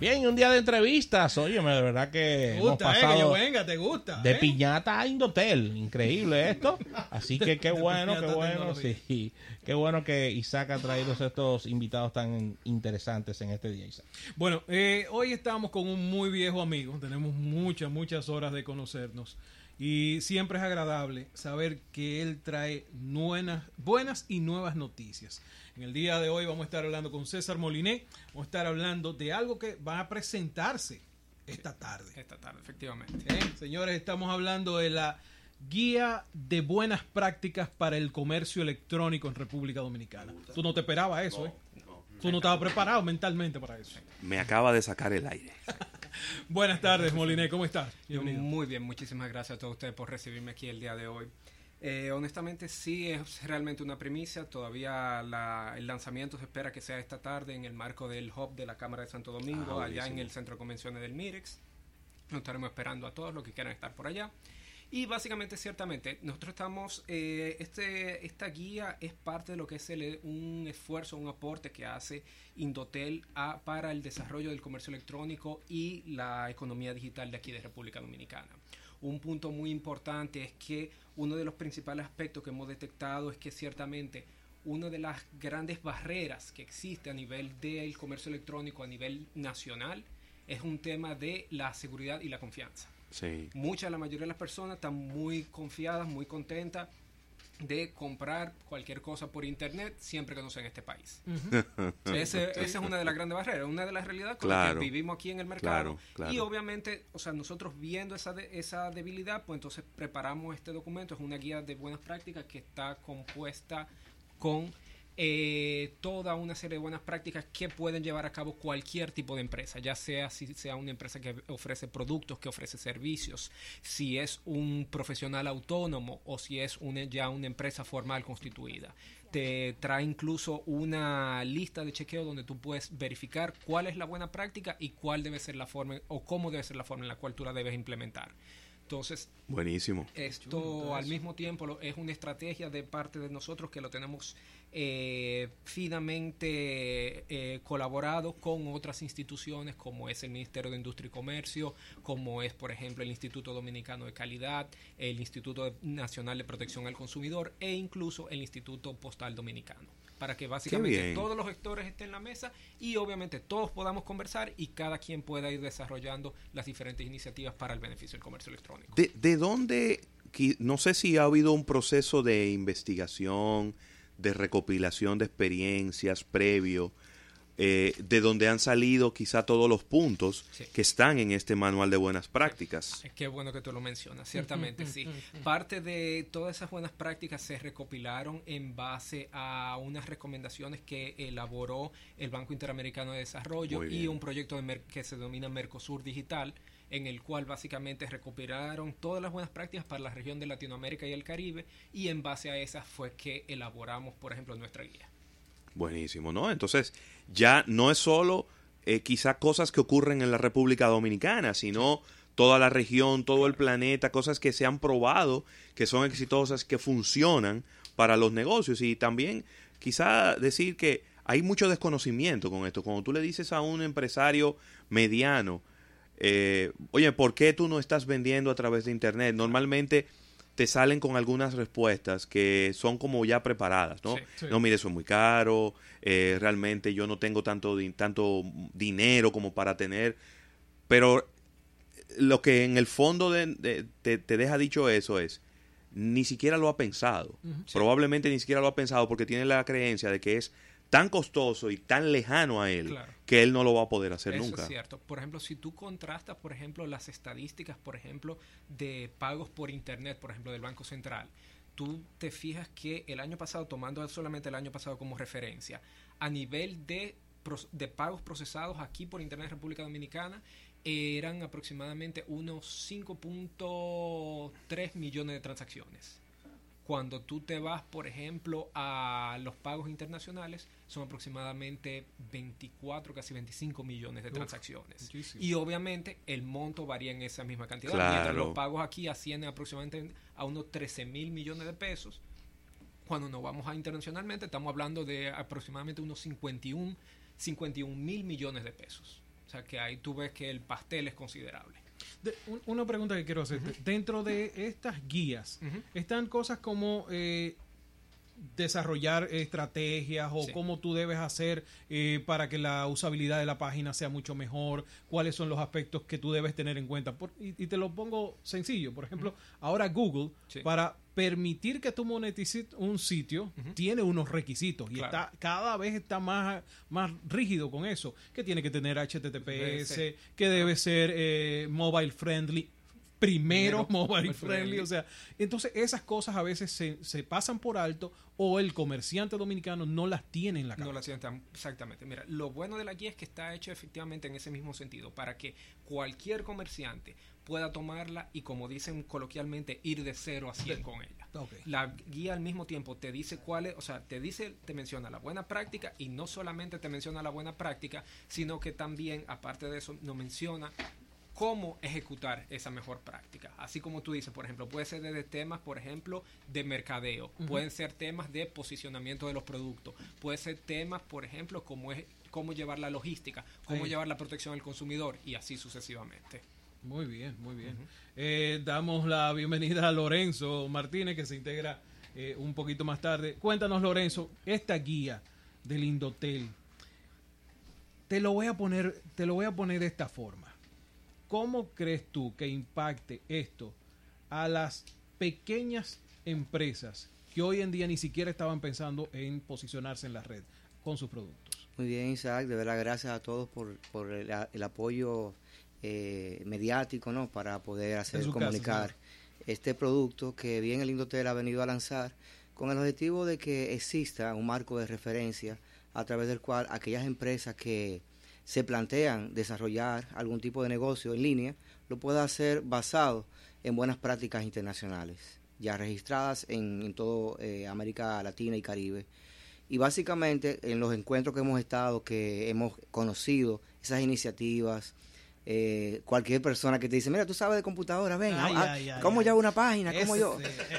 Bien, un día de entrevistas. Óyeme, de verdad que hemos pasado que yo venga, te gusta. de piñata a Indotel. Increíble esto. Así que qué bueno, sí. Qué bueno que Isaac ha traído estos invitados tan interesantes en este día, Isaac. Bueno, hoy estamos con un muy viejo amigo. Tenemos muchas horas de conocernos. Y siempre es agradable saber que él trae buenas y nuevas noticias. En el día de hoy vamos a estar hablando con César Moliné. Vamos a estar hablando de algo que va a presentarse esta tarde. Esta tarde, efectivamente. Señores, estamos hablando de la Guía de Buenas Prácticas para el Comercio Electrónico en República Dominicana. Tú no te esperabas eso, Tú no estabas preparado mentalmente para eso. Me acaba de sacar el aire. Buenas tardes, Moliné. ¿Cómo estás? Bienvenido. Muy bien, muchísimas gracias a todos ustedes por recibirme aquí el día de hoy. Honestamente sí es realmente una primicia. Todavía el lanzamiento se espera que sea esta tarde en el marco del Hub de la Cámara de Santo Domingo, allá en el Centro de Convenciones del Mirex. Nos estaremos esperando a todos los que quieran estar por allá. Y básicamente, ciertamente, nosotros estamos, esta guía es parte de lo que es un esfuerzo, un aporte que hace Indotel para el desarrollo del comercio electrónico y la economía digital de aquí de República Dominicana. Un punto muy importante es que uno de los principales aspectos que hemos detectado es que ciertamente una de las grandes barreras que existe a nivel del comercio electrónico a nivel nacional es un tema de la seguridad y la confianza. Sí. La mayoría de las personas están muy confiadas, muy contentas de comprar cualquier cosa por internet siempre que no sea en este país. Esa es una de las grandes barreras, una de las realidades con las que vivimos aquí en el mercado. Claro. Y obviamente, nosotros viendo esa debilidad, pues entonces preparamos este documento. Es una guía de buenas prácticas que está compuesta con toda una serie de buenas prácticas que pueden llevar a cabo cualquier tipo de empresa, ya sea si sea una empresa que ofrece productos, que ofrece servicios, si es un profesional autónomo o si es ya una empresa formal constituida. Te trae incluso una lista de chequeo donde tú puedes verificar cuál es la buena práctica y cuál debe ser la forma o cómo debe ser la forma en la cual tú la debes implementar. Entonces, buenísimo. Esto al mismo tiempo es una estrategia de parte de nosotros que lo tenemos finamente colaborado con otras instituciones como es el Ministerio de Industria y Comercio, como es por ejemplo el Instituto Dominicano de Calidad, el Instituto Nacional de Protección al Consumidor e incluso el Instituto Postal Dominicano, para que básicamente todos los sectores estén en la mesa y obviamente todos podamos conversar y cada quien pueda ir desarrollando las diferentes iniciativas para el beneficio del comercio electrónico. ¿De dónde? No sé si ha habido un proceso de investigación, de recopilación de experiencias previo, de donde han salido quizá todos los puntos que están en este manual de buenas prácticas. Qué bueno que tú lo mencionas, ciertamente sí. Parte de todas esas buenas prácticas se recopilaron en base a unas recomendaciones que elaboró el Banco Interamericano de Desarrollo y un proyecto que se denomina Mercosur Digital, en el cual básicamente recopilaron todas las buenas prácticas para la región de Latinoamérica y el Caribe, y en base a esas fue que elaboramos, por ejemplo, nuestra guía. Buenísimo, ¿no? Entonces, ya no es solo quizá cosas que ocurren en la República Dominicana, sino toda la región, todo el planeta, cosas que se han probado, que son exitosas, que funcionan para los negocios. Y también quizá decir que hay mucho desconocimiento con esto. Cuando tú le dices a un empresario mediano, oye, ¿por qué tú no estás vendiendo a través de internet? Normalmente te salen con algunas respuestas que son como ya preparadas, ¿no? Sí. No, mire, eso es muy caro, realmente yo no tengo tanto dinero como para tener, pero lo que en el fondo te deja dicho eso es, ni siquiera lo ha pensado, probablemente ni siquiera lo ha pensado porque tiene la creencia de que es tan costoso y tan lejano a él que él no lo va a poder hacer nunca. Eso es cierto. Por ejemplo, si tú contrastas, por ejemplo, las estadísticas, por ejemplo, de pagos por internet, por ejemplo, del Banco Central, tú te fijas que el año pasado, tomando solamente el año pasado como referencia, a nivel de pagos procesados aquí por internet en República Dominicana, eran aproximadamente unos 5.3 millones de transacciones. Cuando tú te vas, por ejemplo, a los pagos internacionales, son aproximadamente 24, casi 25 millones de transacciones. Muchísimo. Y obviamente el monto varía en esa misma cantidad. Claro. Mientras los pagos aquí ascienden aproximadamente a unos 13,000 millones de pesos. Cuando nos vamos a internacionalmente, estamos hablando de aproximadamente unos 51 51,000 millones de pesos. O sea, que ahí tú ves que el pastel es considerable. Una pregunta que quiero hacerte. Dentro de estas guías, ¿están cosas como desarrollar estrategias o cómo tú debes hacer para que la usabilidad de la página sea mucho mejor? ¿Cuáles son los aspectos que tú debes tener en cuenta? Y te lo pongo sencillo. Por ejemplo, ahora Google, para permitir que tú monetices un sitio, tiene unos requisitos y cada vez está más rígido con eso. Que tiene que tener HTTPS, que debe ser mobile friendly. Primero mobile friendly, o sea, entonces esas cosas a veces se pasan por alto o el comerciante dominicano no las tiene en la cabeza. No las tiene, exactamente. Mira, lo bueno de la guía es que está hecho efectivamente en ese mismo sentido, para que cualquier comerciante pueda tomarla y, como dicen coloquialmente, ir de 0 a 100 con ella. Okay. La guía al mismo tiempo te dice cuáles, o sea, te menciona la buena práctica, y no solamente te menciona la buena práctica, sino que también, aparte de eso, nos menciona cómo ejecutar esa mejor práctica. Así como tú dices, por ejemplo, puede ser desde temas, por ejemplo, de mercadeo, pueden ser temas de posicionamiento de los productos, puede ser temas, por ejemplo, como es cómo llevar la logística, cómo llevar la protección al consumidor, y así sucesivamente. Muy bien, muy bien. Damos la bienvenida a Lorenzo Martínez, que se integra un poquito más tarde. Cuéntanos, Lorenzo, esta guía del Indotel, te lo voy a poner de esta forma. ¿Cómo crees tú que impacte esto a las pequeñas empresas que hoy en día ni siquiera estaban pensando en posicionarse en la red con sus productos? Muy bien, Isaac, de verdad gracias a todos por el apoyo mediático, ¿no? Para poder hacer comunicar este producto que bien el Indotel ha venido a lanzar con el objetivo de que exista un marco de referencia a través del cual aquellas empresas que se plantean desarrollar algún tipo de negocio en línea, lo pueda hacer basado en buenas prácticas internacionales, ya registradas en todo América Latina y Caribe. Y básicamente en los encuentros que hemos estado, que hemos conocido esas iniciativas, cualquier persona que te dice, mira, tú sabes de computadora, ven, ¿cómo yo hago una página? ¿Cómo yo?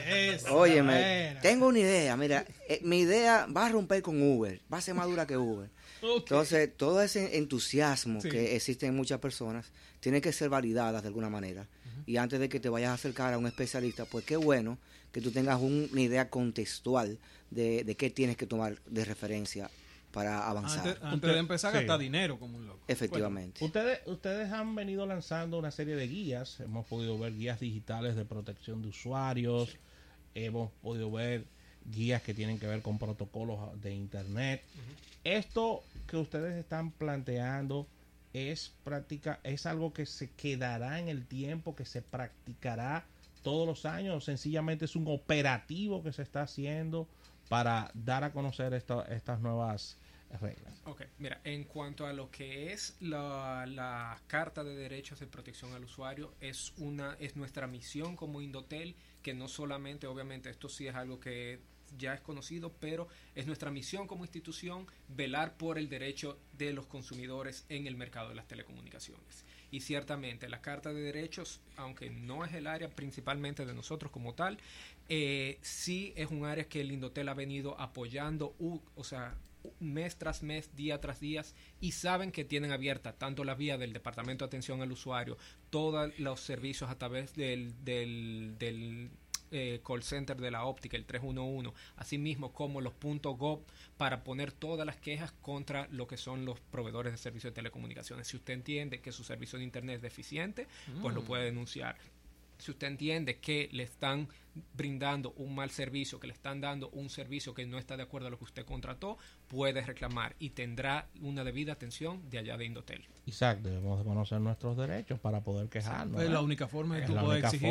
Óyeme, tengo una idea, mira, mi idea va a romper con Uber, va a ser más dura que Uber. Okay. Entonces, todo ese entusiasmo que existe en muchas personas tiene que ser validadas de alguna manera. Y antes de que te vayas a acercar a un especialista, pues qué bueno que tú tengas una idea contextual de qué tienes que tomar de referencia para avanzar. Antes de empezar a gastar dinero como un loco. Efectivamente. Bueno, ustedes han venido lanzando una serie de guías. Hemos podido ver guías digitales de protección de usuarios. Hemos podido ver guías que tienen que ver con protocolos de internet. Esto que ustedes están planteando es algo que se quedará en el tiempo, que se practicará todos los años, o sencillamente es un operativo que se está haciendo para dar a conocer estas nuevas reglas. Ok, mira, en cuanto a lo que es la Carta de Derechos de Protección al Usuario, es nuestra misión como Indotel, que no solamente, obviamente, esto sí es algo que ya es conocido, pero es nuestra misión como institución velar por el derecho de los consumidores en el mercado de las telecomunicaciones. Y ciertamente la Carta de Derechos, aunque no es el área principalmente de nosotros como tal, sí es un área que el Indotel ha venido apoyando, mes tras mes, día tras día, y saben que tienen abierta tanto la vía del Departamento de Atención al Usuario, todos los servicios a través del call center de la óptica, el 311, así mismo como los .gov, para poner todas las quejas contra lo que son los proveedores de servicios de telecomunicaciones. Si usted entiende que su servicio de internet es deficiente, pues lo puede denunciar. Si usted entiende que le están brindando un mal servicio, que le están dando un servicio que no está de acuerdo a lo que usted contrató, puede reclamar y tendrá una debida atención de allá de Indotel. Isaac, debemos de conocer nuestros derechos para poder quejarnos. Es la única forma que tú puedes exigir.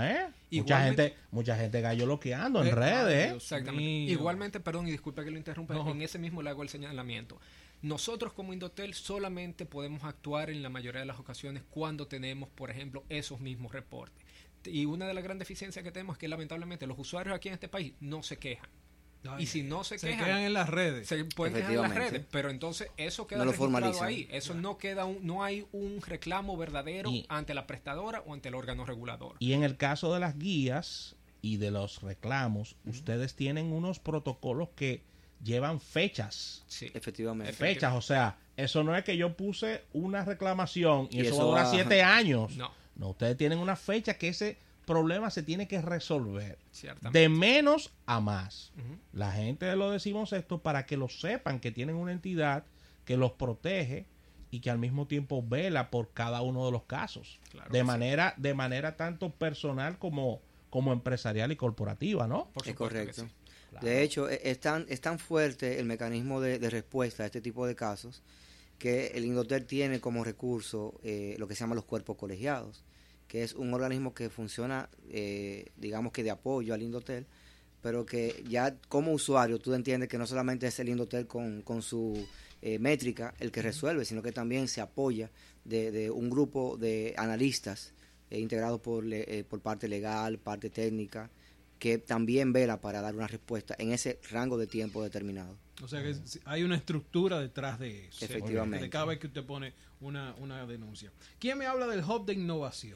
Mucha gente gallo loqueando en redes. Exactamente. Igualmente, perdón y disculpe que lo interrumpa, en ese mismo le hago el señalamiento. Nosotros como Indotel solamente podemos actuar en la mayoría de las ocasiones cuando tenemos, por ejemplo, esos mismos reportes. Y una de las grandes deficiencias que tenemos es que lamentablemente los usuarios aquí en este país no se quejan. Y si no se quejan en las redes. Se pueden quejar en las redes, pero entonces eso queda registrado ahí. Eso no queda no hay un reclamo verdadero ante la prestadora o ante el órgano regulador. Y en el caso de las guías y de los reclamos, ustedes tienen unos protocolos que llevan fechas. Sí. Efectivamente. Fechas, o sea, eso no es que yo puse una reclamación y eso va a durar va- 7 años. No. No, ustedes tienen una fecha que ese problema se tiene que resolver. Ciertamente. De menos a más. Ujú. La gente lo decimos esto para que lo sepan, que tienen una entidad que los protege y que al mismo tiempo vela por cada uno de los casos. Claro de que manera tanto personal como empresarial y corporativa, ¿no? Por Es supuesto correcto. que sí. Claro. De hecho, es tan fuerte el mecanismo de respuesta a este tipo de casos que el Indotel tiene como recurso lo que se llama los cuerpos colegiados, que es un organismo que funciona, digamos que de apoyo al Indotel, pero que ya como usuario tú entiendes que no solamente es el Indotel con su métrica el que resuelve, sino que también se apoya de un grupo de analistas integrados por parte legal, parte técnica, que también vela para dar una respuesta en ese rango de tiempo determinado. O sea que hay una estructura detrás de eso. Efectivamente. De cada vez que usted pone una denuncia. ¿Quién me habla del hub de innovación?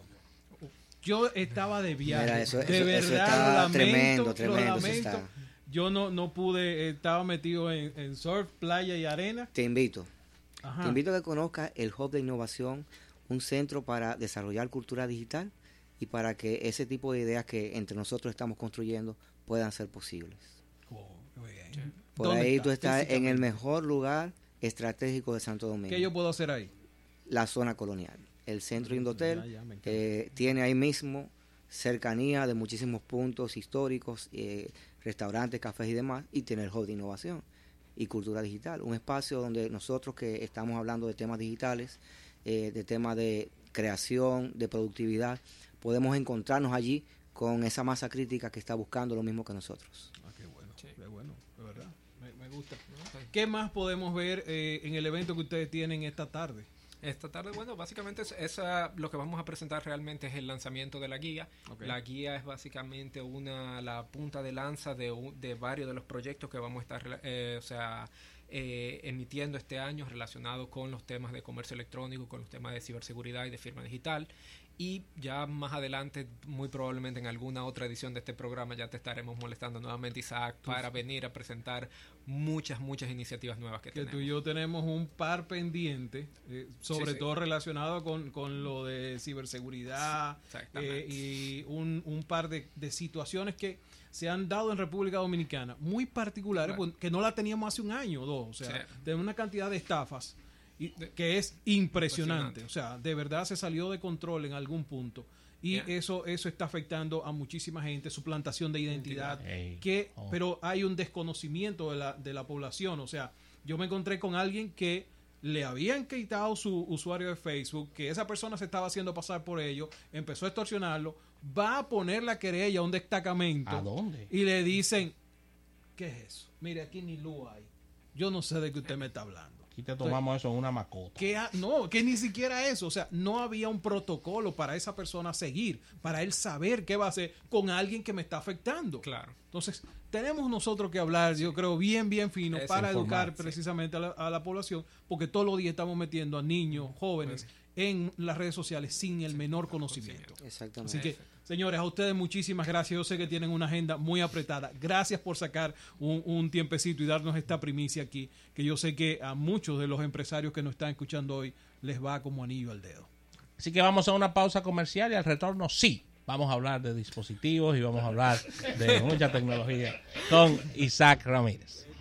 Yo estaba de viaje. Mira, eso verdad, está lo lamento, tremendo, lo tremendo, eso lamento. está. Yo no pude, estaba metido en surf, playa y arena. Te invito Ajá. a que conozcas el Hub de Innovación, un centro para desarrollar cultura digital y para que ese tipo de ideas que entre nosotros estamos construyendo puedan ser posibles. Oh, muy bien. Por ¿Dónde ahí está? tú estás en el Físicamente. mejor lugar estratégico de Santo Domingo, ¿Qué yo puedo hacer ahí? la zona colonial. El centro Indotel Ya, me encanta. tiene ahí mismo cercanía de muchísimos puntos históricos, restaurantes, cafés y demás, y tiene el Hub de Innovación y Cultura Digital, un espacio donde nosotros que estamos hablando de temas digitales, de temas de creación, de productividad, podemos encontrarnos allí con esa masa crítica que está buscando lo mismo que nosotros. Qué bueno, Sí. qué bueno, de verdad. Me gusta. ¿Qué más podemos ver en el evento que ustedes tienen esta tarde? Esta tarde, bueno, básicamente lo que vamos a presentar realmente es el lanzamiento de la guía. Ok. La guía es básicamente la punta de lanza de varios de los proyectos que vamos a estar emitiendo este año relacionados con los temas de comercio electrónico, con los temas de ciberseguridad y de firma digital. Y ya más adelante, muy probablemente en alguna otra edición de este programa, ya te estaremos molestando nuevamente, Isaac, para venir a presentar muchas iniciativas nuevas que Que tenemos. tú y yo tenemos un par pendiente, sobre Sí. todo relacionado con lo de ciberseguridad Exactamente. y un par de situaciones que se han dado en República Dominicana, muy particulares, Claro. pues, que no la teníamos hace un año o dos. O sea, Sí. tenemos una cantidad de estafas que es impresionante. Impresionante. O sea, de verdad se salió de control en algún punto. Y Yeah. eso está afectando a muchísima gente, suplantación de identidad, Ey. Oh. pero hay un desconocimiento de la población. O sea, yo me encontré con alguien que le habían quitado su usuario de Facebook, que esa persona se estaba haciendo pasar por ello, empezó a extorsionarlo, va a poner la querella a un destacamento. ¿A dónde? Y le dicen, ¿qué es eso? Mire, aquí ni luz hay. Yo no sé de qué usted me está hablando. Aquí te tomamos eso en una macota. No, que ni siquiera eso. O sea, no había un protocolo para esa persona seguir, para él saber qué va a hacer con alguien que me está afectando. Claro. Entonces, tenemos nosotros que hablar, yo creo, bien fino Es para informar, educar sí. precisamente a la población, porque todos los días estamos metiendo a niños, jóvenes, en las redes sociales sin el menor conocimiento. Exactamente. Así que, señores, a ustedes muchísimas gracias. Yo sé que tienen una agenda muy apretada. Gracias por sacar un tiempecito y darnos esta primicia aquí, que yo sé que a muchos de los empresarios que nos están escuchando hoy les va como anillo al dedo. Así que vamos a una pausa comercial y al retorno sí, vamos a hablar de dispositivos y vamos a hablar de mucha tecnología con Isaac Ramírez.